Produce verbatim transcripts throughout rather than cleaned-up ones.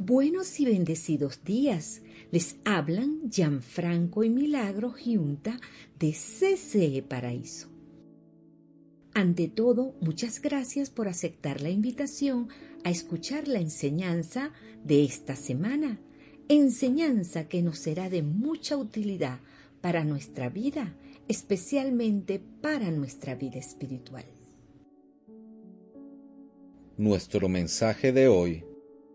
Buenos y bendecidos días. Les hablan Gianfranco y Milagro Giunta de C C E Paraíso. Ante todo, muchas gracias por aceptar la invitación a escuchar la enseñanza de esta semana, enseñanza que nos será de mucha utilidad para nuestra vida, especialmente para nuestra vida espiritual. Nuestro mensaje de hoy: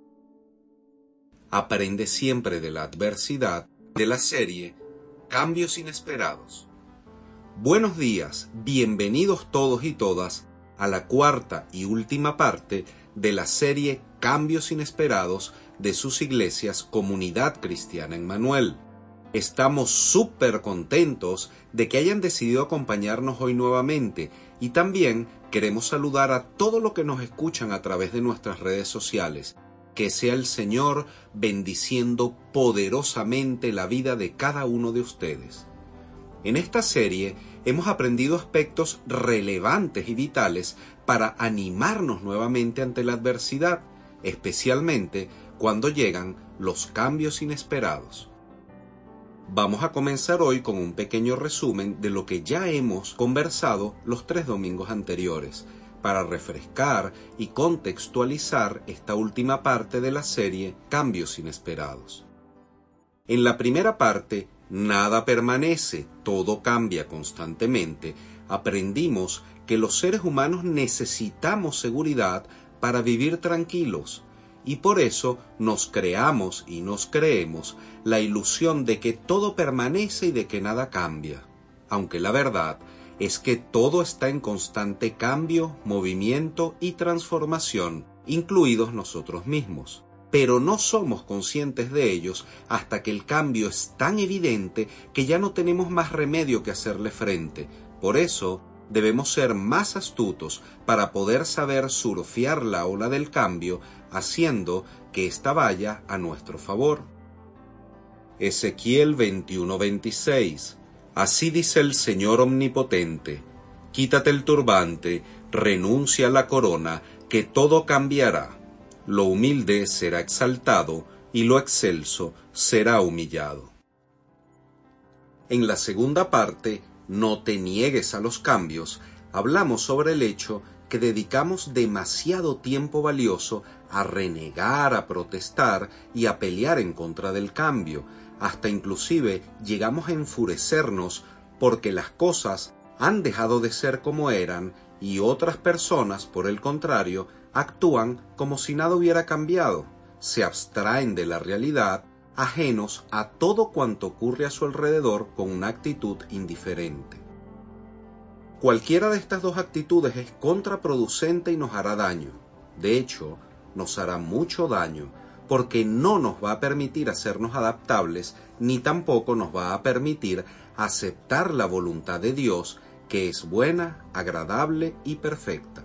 aprende siempre de la adversidad, de la serie Cambios Inesperados. Buenos días, bienvenidos todos y todas a la cuarta y última parte de la serie Cambios Inesperados de sus iglesias Comunidad Cristiana Emmanuel. Estamos súper contentos de que hayan decidido acompañarnos hoy nuevamente y también queremos saludar a todos los que nos escuchan a través de nuestras redes sociales. Que sea el Señor bendiciendo poderosamente la vida de cada uno de ustedes. En esta serie hemos aprendido aspectos relevantes y vitales para animarnos nuevamente ante la adversidad, especialmente cuando llegan los cambios inesperados. Vamos a comenzar hoy con un pequeño resumen de lo que ya hemos conversado los tres domingos anteriores, para refrescar y contextualizar esta última parte de la serie Cambios Inesperados. En la primera parte, nada permanece, todo cambia constantemente. Aprendimos que los seres humanos necesitamos seguridad para vivir tranquilos, y por eso nos creamos y nos creemos la ilusión de que todo permanece y de que nada cambia, aunque la verdad es que todo está en constante cambio, movimiento y transformación, incluidos nosotros mismos. Pero no somos conscientes de ellos hasta que el cambio es tan evidente que ya no tenemos más remedio que hacerle frente. Por eso, debemos ser más astutos para poder saber surfear la ola del cambio, haciendo que ésta vaya a nuestro favor. Ezequiel veintiuno veintiséis. Así dice el Señor Omnipotente: quítate el turbante, renuncia a la corona, que todo cambiará. Lo humilde será exaltado y lo excelso será humillado. En la segunda parte, no te niegues a los cambios, hablamos sobre el hecho que dedicamos demasiado tiempo valioso a renegar, a protestar y a pelear en contra del cambio. Hasta inclusive llegamos a enfurecernos porque las cosas han dejado de ser como eran y otras personas, por el contrario, actúan como si nada hubiera cambiado. Se abstraen de la realidad, ajenos a todo cuanto ocurre a su alrededor con una actitud indiferente. Cualquiera de estas dos actitudes es contraproducente y nos hará daño. De hecho, nos hará mucho daño, porque no nos va a permitir hacernos adaptables, ni tampoco nos va a permitir aceptar la voluntad de Dios, que es buena, agradable y perfecta.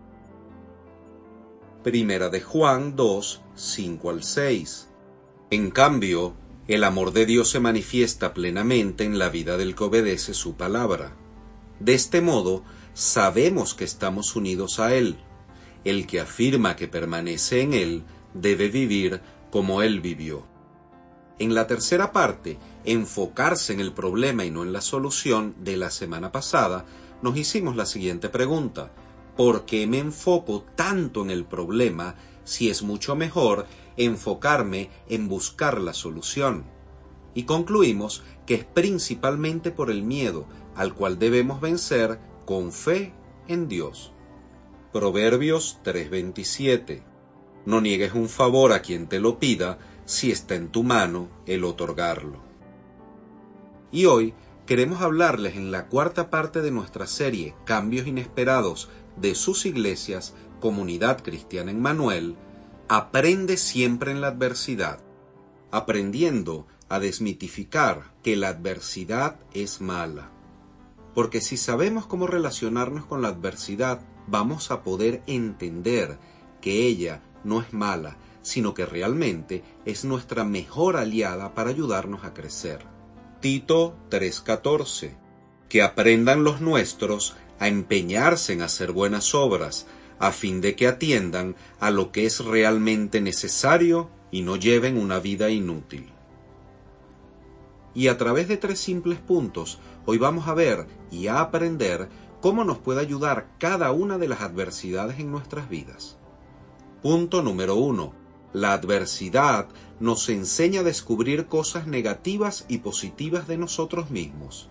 Primera de Juan dos, cinco al seis. En cambio, el amor de Dios se manifiesta plenamente en la vida del que obedece su palabra. De este modo, sabemos que estamos unidos a Él. El que afirma que permanece en Él debe vivir como Él vivió. En la tercera parte, enfocarse en el problema y no en la solución, de la semana pasada, nos hicimos la siguiente pregunta: ¿por qué me enfoco tanto en el problema si es mucho mejor enfocarme en buscar la solución? Y concluimos que es principalmente por el miedo, al cual debemos vencer con fe en Dios. Proverbios tres veintisiete. No niegues un favor a quien te lo pida, si está en tu mano el otorgarlo. Y hoy queremos hablarles en la cuarta parte de nuestra serie Cambios Inesperados de sus iglesias Comunidad Cristiana Emmanuel, aprende siempre en la adversidad, aprendiendo a desmitificar que la adversidad es mala. Porque si sabemos cómo relacionarnos con la adversidad, vamos a poder entender que ella no es mala, sino que realmente es nuestra mejor aliada para ayudarnos a crecer. Tito tres catorce. Que aprendan los nuestros a empeñarse en hacer buenas obras, a fin de que atiendan a lo que es realmente necesario y no lleven una vida inútil. Y a través de tres simples puntos, hoy vamos a ver y a aprender cómo nos puede ayudar cada una de las adversidades en nuestras vidas. Punto número uno. La adversidad nos enseña a descubrir cosas negativas y positivas de nosotros mismos.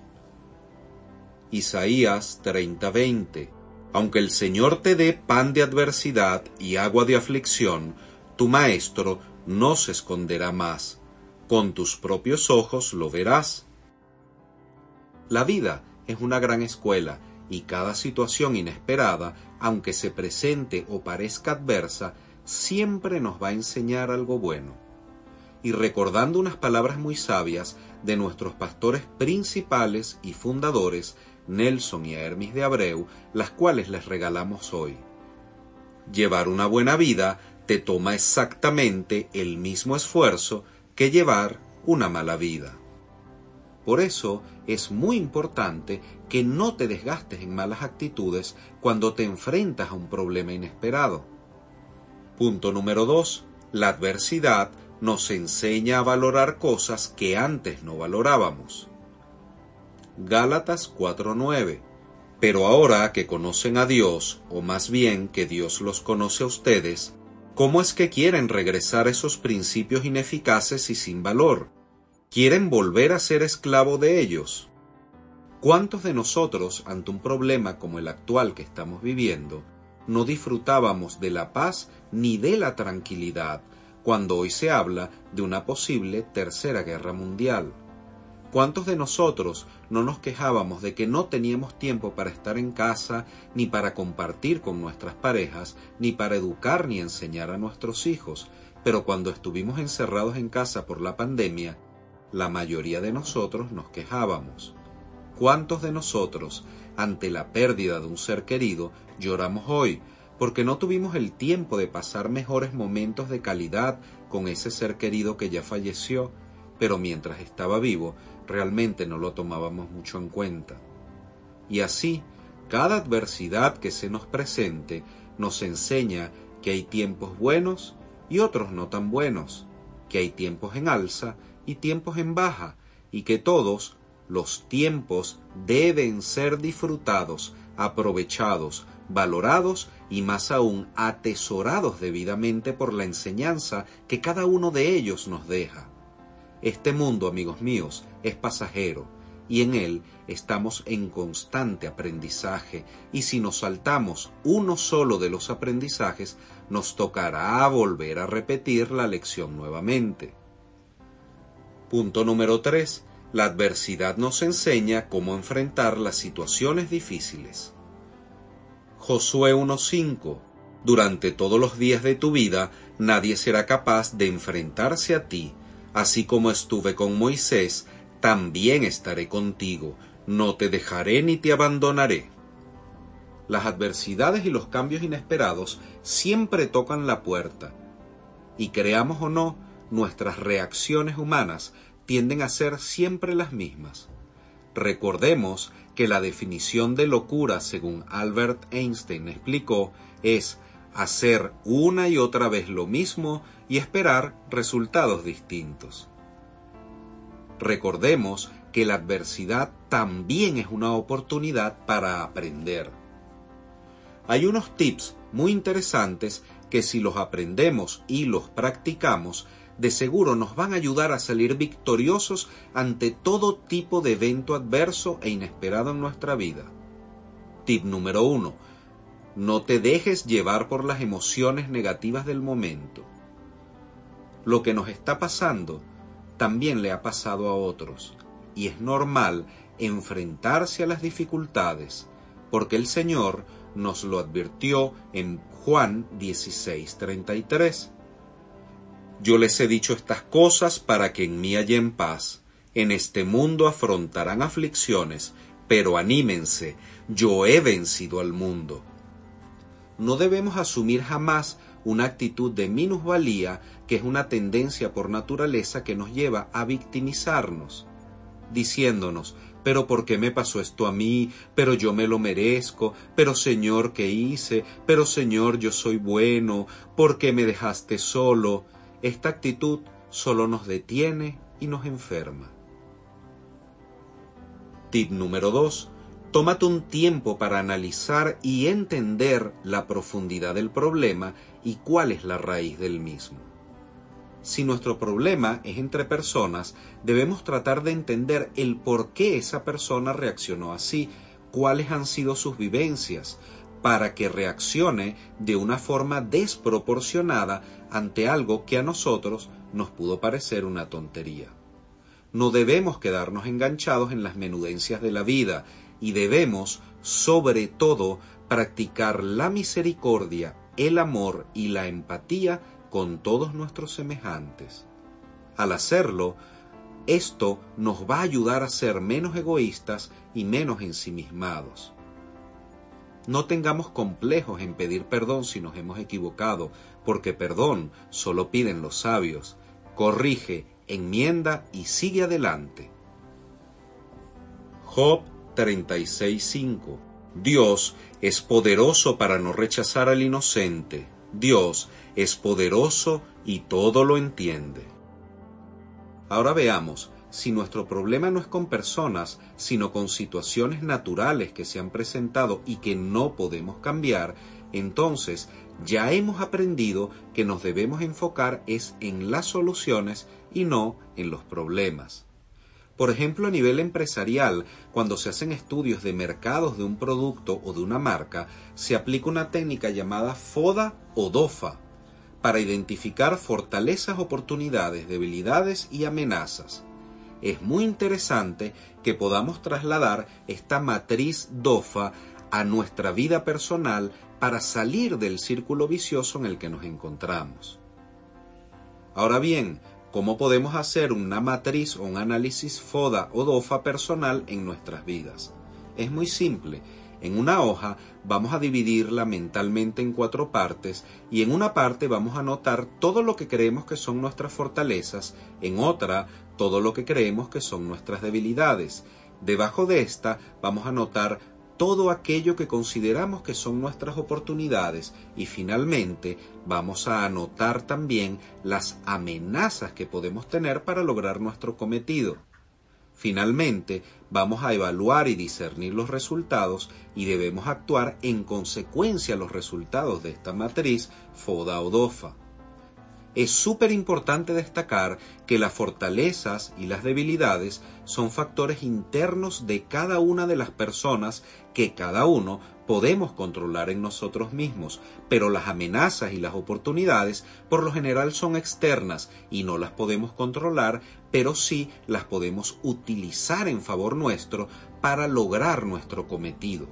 Isaías treinta veinte. Aunque el Señor te dé pan de adversidad y agua de aflicción, tu maestro no se esconderá más. Con tus propios ojos lo verás. La vida es una gran escuela y cada situación inesperada, aunque se presente o parezca adversa, siempre nos va a enseñar algo bueno. Y recordando unas palabras muy sabias de nuestros pastores principales y fundadores, Nelson y Hermes de Abreu, las cuales les regalamos hoy. Llevar una buena vida te toma exactamente el mismo esfuerzo que llevar una mala vida. Por eso es muy importante que no te desgastes en malas actitudes cuando te enfrentas a un problema inesperado. Punto número dos. La adversidad nos enseña a valorar cosas que antes no valorábamos. Gálatas cuatro nueve. Pero ahora que conocen a Dios, o más bien que Dios los conoce a ustedes, ¿cómo es que quieren regresar a esos principios ineficaces y sin valor? ¿Quieren volver a ser esclavo de ellos? ¿Cuántos de nosotros, ante un problema como el actual que estamos viviendo, no disfrutábamos de la paz ni de la tranquilidad cuando hoy se habla de una posible tercera guerra mundial? ¿Cuántos de nosotros no nos quejábamos de que no teníamos tiempo para estar en casa, ni para compartir con nuestras parejas, ni para educar ni enseñar a nuestros hijos? Pero cuando estuvimos encerrados en casa por la pandemia, la mayoría de nosotros nos quejábamos. ¿Cuántos de nosotros, ante la pérdida de un ser querido, lloramos hoy porque no tuvimos el tiempo de pasar mejores momentos de calidad con ese ser querido que ya falleció, pero mientras estaba vivo, realmente no lo tomábamos mucho en cuenta? Y así, cada adversidad que se nos presente nos enseña que hay tiempos buenos y otros no tan buenos, que hay tiempos en alza y tiempos en baja, y que todos los tiempos deben ser disfrutados, aprovechados, valorados y más aún atesorados debidamente por la enseñanza que cada uno de ellos nos deja. Este mundo, amigos míos, es pasajero y en él estamos en constante aprendizaje, y si nos saltamos uno solo de los aprendizajes, nos tocará volver a repetir la lección nuevamente. Punto número tres. La adversidad nos enseña cómo enfrentar las situaciones difíciles. Josué uno cinco. Durante todos los días de tu vida, nadie será capaz de enfrentarse a ti. Así como estuve con Moisés, también estaré contigo. No te dejaré ni te abandonaré. Las adversidades y los cambios inesperados siempre tocan la puerta. Y creamos o no, nuestras reacciones humanas tienden a ser siempre las mismas. Recordemos que la definición de locura, según Albert Einstein explicó, es hacer una y otra vez lo mismo y esperar resultados distintos. Recordemos que la adversidad también es una oportunidad para aprender. Hay unos tips muy interesantes que, si los aprendemos y los practicamos, de seguro nos van a ayudar a salir victoriosos ante todo tipo de evento adverso e inesperado en nuestra vida. Tip número uno. No te dejes llevar por las emociones negativas del momento. Lo que nos está pasando también le ha pasado a otros, y es normal enfrentarse a las dificultades, porque el Señor nos lo advirtió en Juan dieciséis treinta y tres. Yo les he dicho estas cosas para que en mí hallen paz. En este mundo afrontarán aflicciones, pero anímense, yo he vencido al mundo. No debemos asumir jamás una actitud de minusvalía, que es una tendencia por naturaleza que nos lleva a victimizarnos, diciéndonos: pero ¿por qué me pasó esto a mí? Pero yo me lo merezco. Pero Señor, ¿qué hice? Pero Señor, yo soy bueno. ¿Por qué me dejaste solo? esta actitud solo nos detiene y nos enferma. Tip número dos. Tómate un tiempo para analizar y entender la profundidad del problema y cuál es la raíz del mismo. Si nuestro problema es entre personas, debemos tratar de entender el por qué esa persona reaccionó así, cuáles han sido sus vivencias, para que reaccione de una forma desproporcionada ante algo que a nosotros nos pudo parecer una tontería. No debemos quedarnos enganchados en las menudencias de la vida y debemos, sobre todo, practicar la misericordia, el amor y la empatía con todos nuestros semejantes. Al hacerlo, esto nos va a ayudar a ser menos egoístas y menos ensimismados. No tengamos complejos en pedir perdón si nos hemos equivocado, porque perdón solo piden los sabios. Corrige, enmienda y sigue adelante. Job treinta y seis cinco. Dios es poderoso para no rechazar al inocente. Dios es poderoso y todo lo entiende. Ahora veamos, si nuestro problema no es con personas, sino con situaciones naturales que se han presentado y que no podemos cambiar, entonces ya hemos aprendido que nos debemos enfocar es en las soluciones y no en los problemas. Por ejemplo, a nivel empresarial, cuando se hacen estudios de mercados de un producto o de una marca, se aplica una técnica llamada FODA o DOFA para identificar fortalezas, oportunidades, debilidades y amenazas. Es muy interesante que podamos trasladar esta matriz DOFA a nuestra vida personal para salir del círculo vicioso en el que nos encontramos. Ahora bien, ¿cómo podemos hacer una matriz o un análisis FODA o DOFA personal en nuestras vidas? Es muy simple. En una hoja vamos a dividirla mentalmente en cuatro partes y en una parte vamos a anotar todo lo que creemos que son nuestras fortalezas, en otra todo lo que creemos que son nuestras debilidades. Debajo de esta vamos a anotar todo aquello que consideramos que son nuestras oportunidades y finalmente vamos a anotar también las amenazas que podemos tener para lograr nuestro cometido. Finalmente, vamos a evaluar y discernir los resultados y debemos actuar en consecuencia a los resultados de esta matriz FODA o DOFA. Es súper importante destacar que las fortalezas y las debilidades son factores internos de cada una de las personas que cada uno podemos controlar en nosotros mismos, pero las amenazas y las oportunidades por lo general son externas y no las podemos controlar, pero sí las podemos utilizar en favor nuestro para lograr nuestro cometido.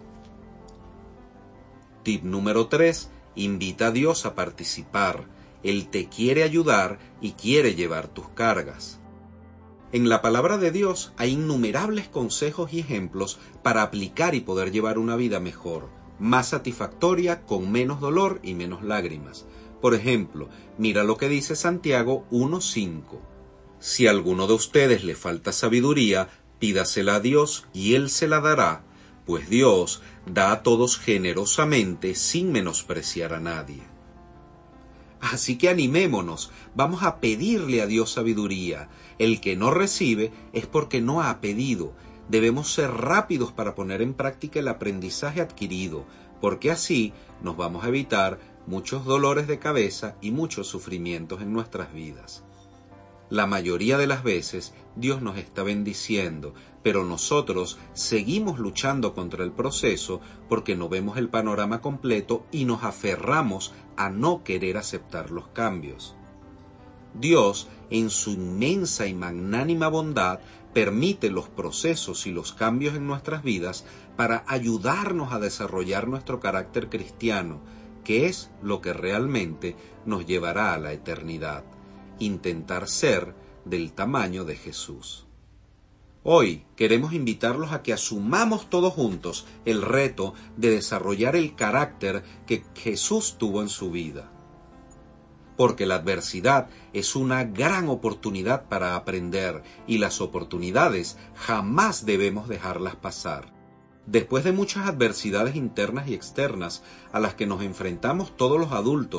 Tip número tres. Invita a Dios a participar. Él te quiere ayudar y quiere llevar tus cargas. En la palabra de Dios hay innumerables consejos y ejemplos para aplicar y poder llevar una vida mejor, más satisfactoria, con menos dolor y menos lágrimas. Por ejemplo, mira lo que dice Santiago uno cinco. Si a alguno de ustedes le falta sabiduría, pídasela a Dios y Él se la dará, pues Dios da a todos generosamente sin menospreciar a nadie. Así que animémonos, vamos a pedirle a Dios sabiduría. El que no recibe es porque no ha pedido. Debemos ser rápidos para poner en práctica el aprendizaje adquirido, porque así nos vamos a evitar muchos dolores de cabeza y muchos sufrimientos en nuestras vidas. La mayoría de las veces Dios nos está bendiciendo, pero nosotros seguimos luchando contra el proceso porque no vemos el panorama completo y nos aferramos a no querer aceptar los cambios. Dios, en su inmensa y magnánima bondad, permite los procesos y los cambios en nuestras vidas para ayudarnos a desarrollar nuestro carácter cristiano, que es lo que realmente nos llevará a la eternidad. Intentar ser del tamaño de Jesús. Hoy queremos invitarlos a que asumamos todos juntos el reto de desarrollar el carácter que Jesús tuvo en su vida. Porque la adversidad es una gran oportunidad para aprender y las oportunidades jamás debemos dejarlas pasar. Después de muchas adversidades internas y externas a las que nos enfrentamos todos los adultos,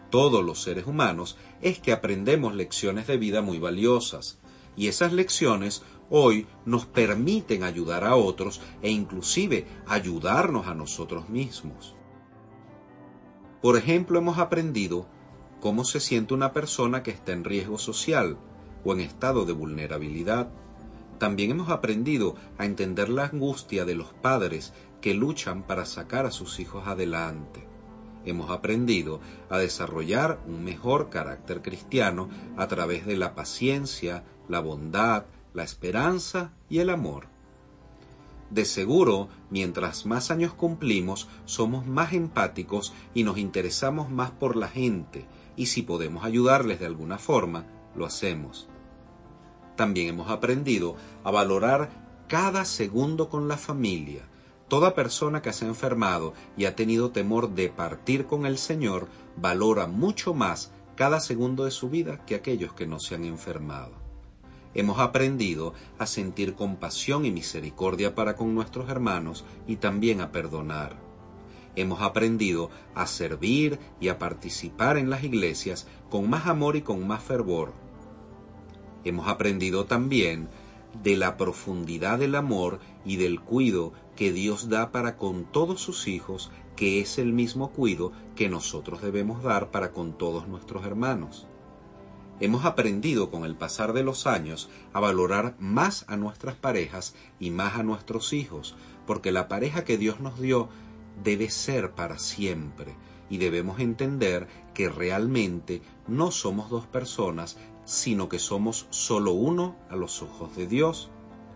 todos los seres humanos, es que aprendemos lecciones de vida muy valiosas, y esas lecciones hoy nos permiten ayudar a otros e inclusive ayudarnos a nosotros mismos. Por ejemplo, hemos aprendido cómo se siente una persona que está en riesgo social o en estado de vulnerabilidad. También hemos aprendido a entender la angustia de los padres que luchan para sacar a sus hijos adelante. Hemos aprendido a desarrollar un mejor carácter cristiano a través de la paciencia, la bondad, la esperanza y el amor. De seguro, mientras más años cumplimos, somos más empáticos y nos interesamos más por la gente, y si podemos ayudarles de alguna forma, lo hacemos. También hemos aprendido a valorar cada segundo con la familia. Toda persona que se ha enfermado y ha tenido temor de partir con el Señor valora mucho más cada segundo de su vida que aquellos que no se han enfermado. Hemos aprendido a sentir compasión y misericordia para con nuestros hermanos y también a perdonar. Hemos aprendido a servir y a participar en las iglesias con más amor y con más fervor. Hemos aprendido también de la profundidad del amor y del cuidado que Dios da para con todos sus hijos, que es el mismo cuidado que nosotros debemos dar para con todos nuestros hermanos. Hemos aprendido con el pasar de los años a valorar más a nuestras parejas y más a nuestros hijos, porque la pareja que Dios nos dio debe ser para siempre, y debemos entender que realmente no somos dos personas, sino que somos solo uno a los ojos de Dios.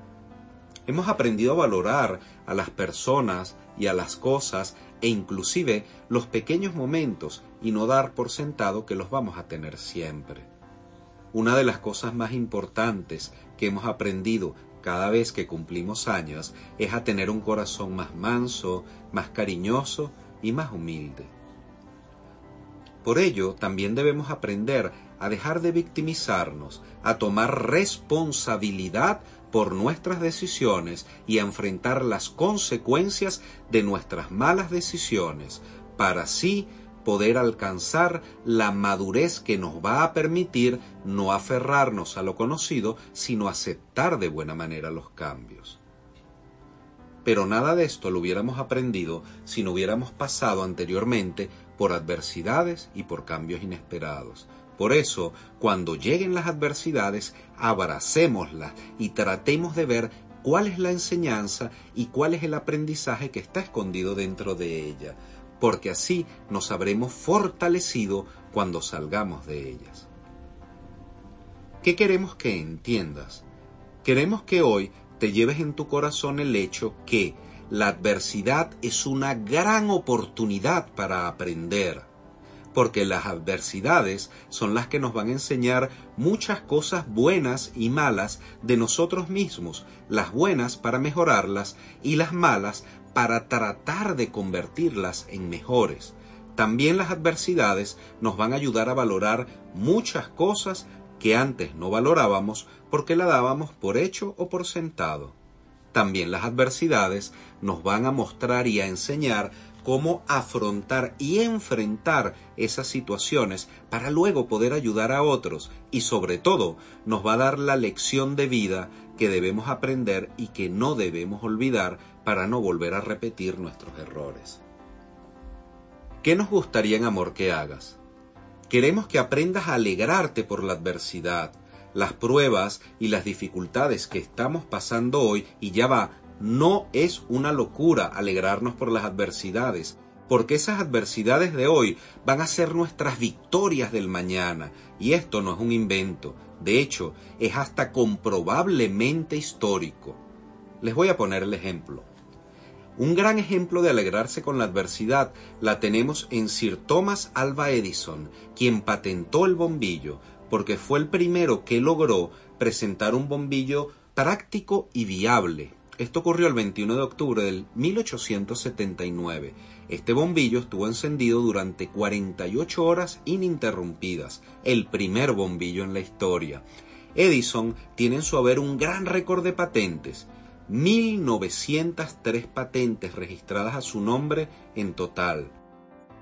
Hemos aprendido a valorar a las personas y a las cosas e inclusive los pequeños momentos y no dar por sentado que los vamos a tener siempre. Una de las cosas más importantes que hemos aprendido cada vez que cumplimos años es a tener un corazón más manso, más cariñoso y más humilde. Por ello, también debemos aprender a dejar de victimizarnos, a tomar responsabilidad por nuestras decisiones y a enfrentar las consecuencias de nuestras malas decisiones, para así poder alcanzar la madurez que nos va a permitir no aferrarnos a lo conocido, sino aceptar de buena manera los cambios. Pero nada de esto lo hubiéramos aprendido si no hubiéramos pasado anteriormente por adversidades y por cambios inesperados. Por eso, cuando lleguen las adversidades, abracémoslas y tratemos de ver cuál es la enseñanza y cuál es el aprendizaje que está escondido dentro de ella, porque así nos habremos fortalecido cuando salgamos de ellas. ¿Qué queremos que entiendas? Queremos que hoy te lleves en tu corazón el hecho que la adversidad es una gran oportunidad para aprender, porque las adversidades son las que nos van a enseñar muchas cosas buenas y malas de nosotros mismos, las buenas para mejorarlas y las malas para tratar de convertirlas en mejores. También las adversidades nos van a ayudar a valorar muchas cosas que antes no valorábamos porque la dábamos por hecho o por sentado. También las adversidades nos van a mostrar y a enseñar cómo afrontar y enfrentar esas situaciones para luego poder ayudar a otros, y sobre todo nos va a dar la lección de vida que debemos aprender y que no debemos olvidar para no volver a repetir nuestros errores. ¿Qué nos gustaría en amor que hagas? Queremos que aprendas a alegrarte por la adversidad, las pruebas y las dificultades que estamos pasando hoy, y ya va, no es una locura alegrarnos por las adversidades, porque esas adversidades de hoy van a ser nuestras victorias del mañana, y esto no es un invento, de hecho, es hasta comprobablemente histórico. Les voy a poner el ejemplo. Un gran ejemplo de alegrarse con la adversidad la tenemos en Sir Thomas Alva Edison, quien patentó el bombillo, porque fue el primero que logró presentar un bombillo práctico y viable. Esto ocurrió el veintiuno de octubre del mil ochocientos setenta y nueve. Este bombillo estuvo encendido durante cuarenta y ocho horas ininterrumpidas, el primer bombillo en la historia. Edison tiene en su haber un gran récord de patentes, mil novecientas tres patentes registradas a su nombre en total.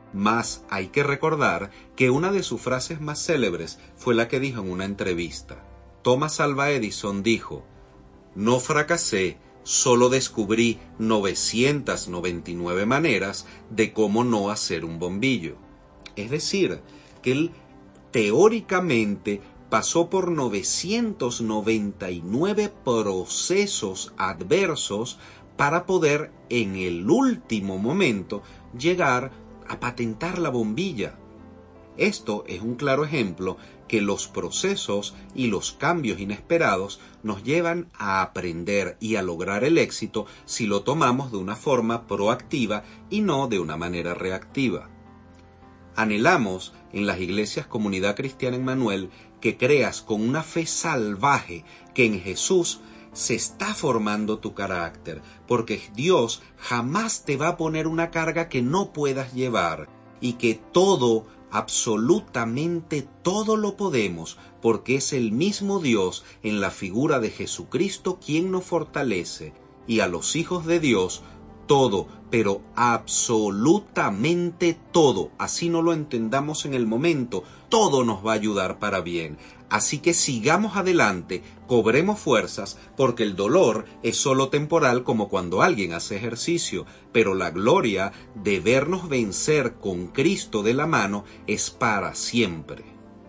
Mas hay que recordar que una de sus frases más célebres fue la que dijo en una entrevista. Thomas Alva Edison dijo: «No fracasé, solo descubrí novecientas noventa y nueve maneras de cómo no hacer un bombillo». Es decir, que él teóricamente pasó por novecientos noventa y nueve procesos adversos para poder en el último momento llegar a patentar la bombilla. Esto es un claro ejemplo que los procesos y los cambios inesperados nos llevan a aprender y a lograr el éxito si lo tomamos de una forma proactiva y no de una manera reactiva. Anhelamos en las iglesias Comunidad Cristiana Emmanuel que creas con una fe salvaje que en Jesús se está formando tu carácter, porque Dios jamás te va a poner una carga que no puedas llevar, y que todo, absolutamente todo lo podemos, porque es el mismo Dios en la figura de Jesucristo quien nos fortalece, y a los hijos de Dios todo, pero absolutamente todo, así no lo entendamos en el momento, todo nos va a ayudar para bien. Así que sigamos adelante, cobremos fuerzas, porque el dolor es solo temporal como cuando alguien hace ejercicio, pero la gloria de vernos vencer con Cristo de la mano es para siempre.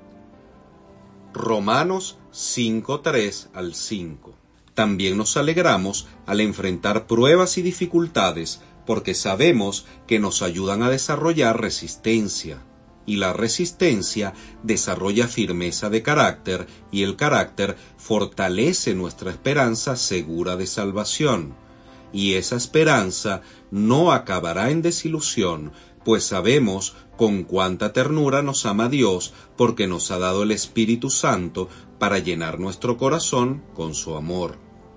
Romanos cinco, tres al cinco. También nos alegramos al enfrentar pruebas y dificultades, porque sabemos que nos ayudan a desarrollar resistencia. Y la resistencia desarrolla firmeza de carácter, y el carácter fortalece nuestra esperanza segura de salvación. Y esa esperanza no acabará en desilusión, pues sabemos con cuánta ternura nos ama Dios, porque nos ha dado el Espíritu Santo para llenar nuestro corazón con su amor.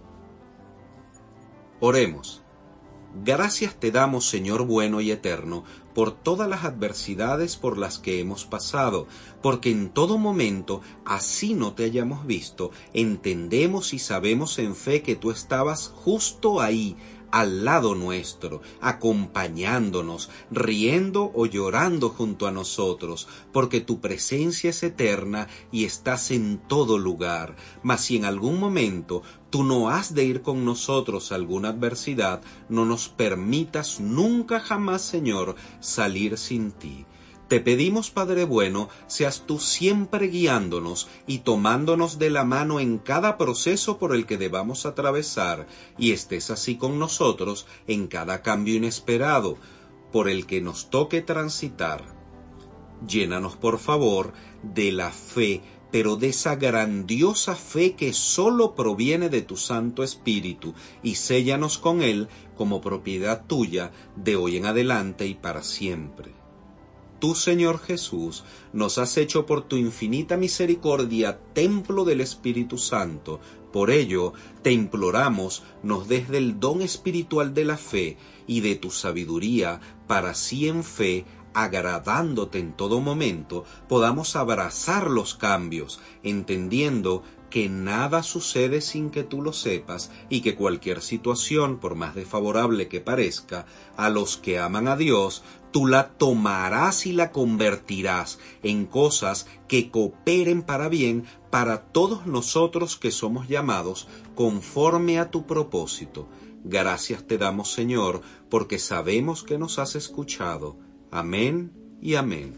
Oremos. Gracias te damos, Señor bueno y eterno, por todas las adversidades por las que hemos pasado, porque en todo momento, así no te hayamos visto, entendemos y sabemos en fe que tú estabas justo ahí, al lado nuestro, acompañándonos, riendo o llorando junto a nosotros, porque tu presencia es eterna y estás en todo lugar. Mas si en algún momento tú no has de ir con nosotros a alguna adversidad, no nos permitas nunca jamás, Señor, salir sin ti. Te pedimos, Padre bueno, seas tú siempre guiándonos y tomándonos de la mano en cada proceso por el que debamos atravesar, y estés así con nosotros en cada cambio inesperado por el que nos toque transitar. Llénanos, por favor, de la fe, pero de esa grandiosa fe que solo proviene de tu Santo Espíritu, y séllanos con él como propiedad tuya de hoy en adelante y para siempre. Tú, Señor Jesús, nos has hecho por tu infinita misericordia templo del Espíritu Santo. Por ello, te imploramos, nos des del don espiritual de la fe y de tu sabiduría, para así en fe, agradándote en todo momento, podamos abrazar los cambios, entendiendo que nada sucede sin que tú lo sepas, y que cualquier situación, por más desfavorable que parezca, a los que aman a Dios, tú la tomarás y la convertirás en cosas que cooperen para bien para todos nosotros que somos llamados conforme a tu propósito. Gracias te damos, Señor, porque sabemos que nos has escuchado. Amén y amén.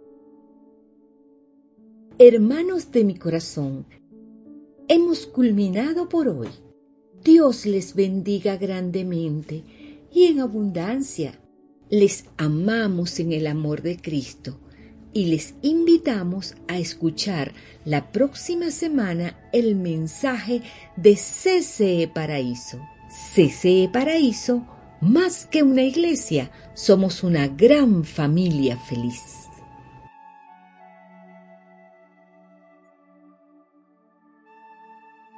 Hermanos de mi corazón, hemos culminado por hoy. Dios les bendiga grandemente y en abundancia. Les amamos en el amor de Cristo y les invitamos a escuchar la próxima semana el mensaje de C C E Paraíso. C C E Paraíso, más que una iglesia, somos una gran familia feliz.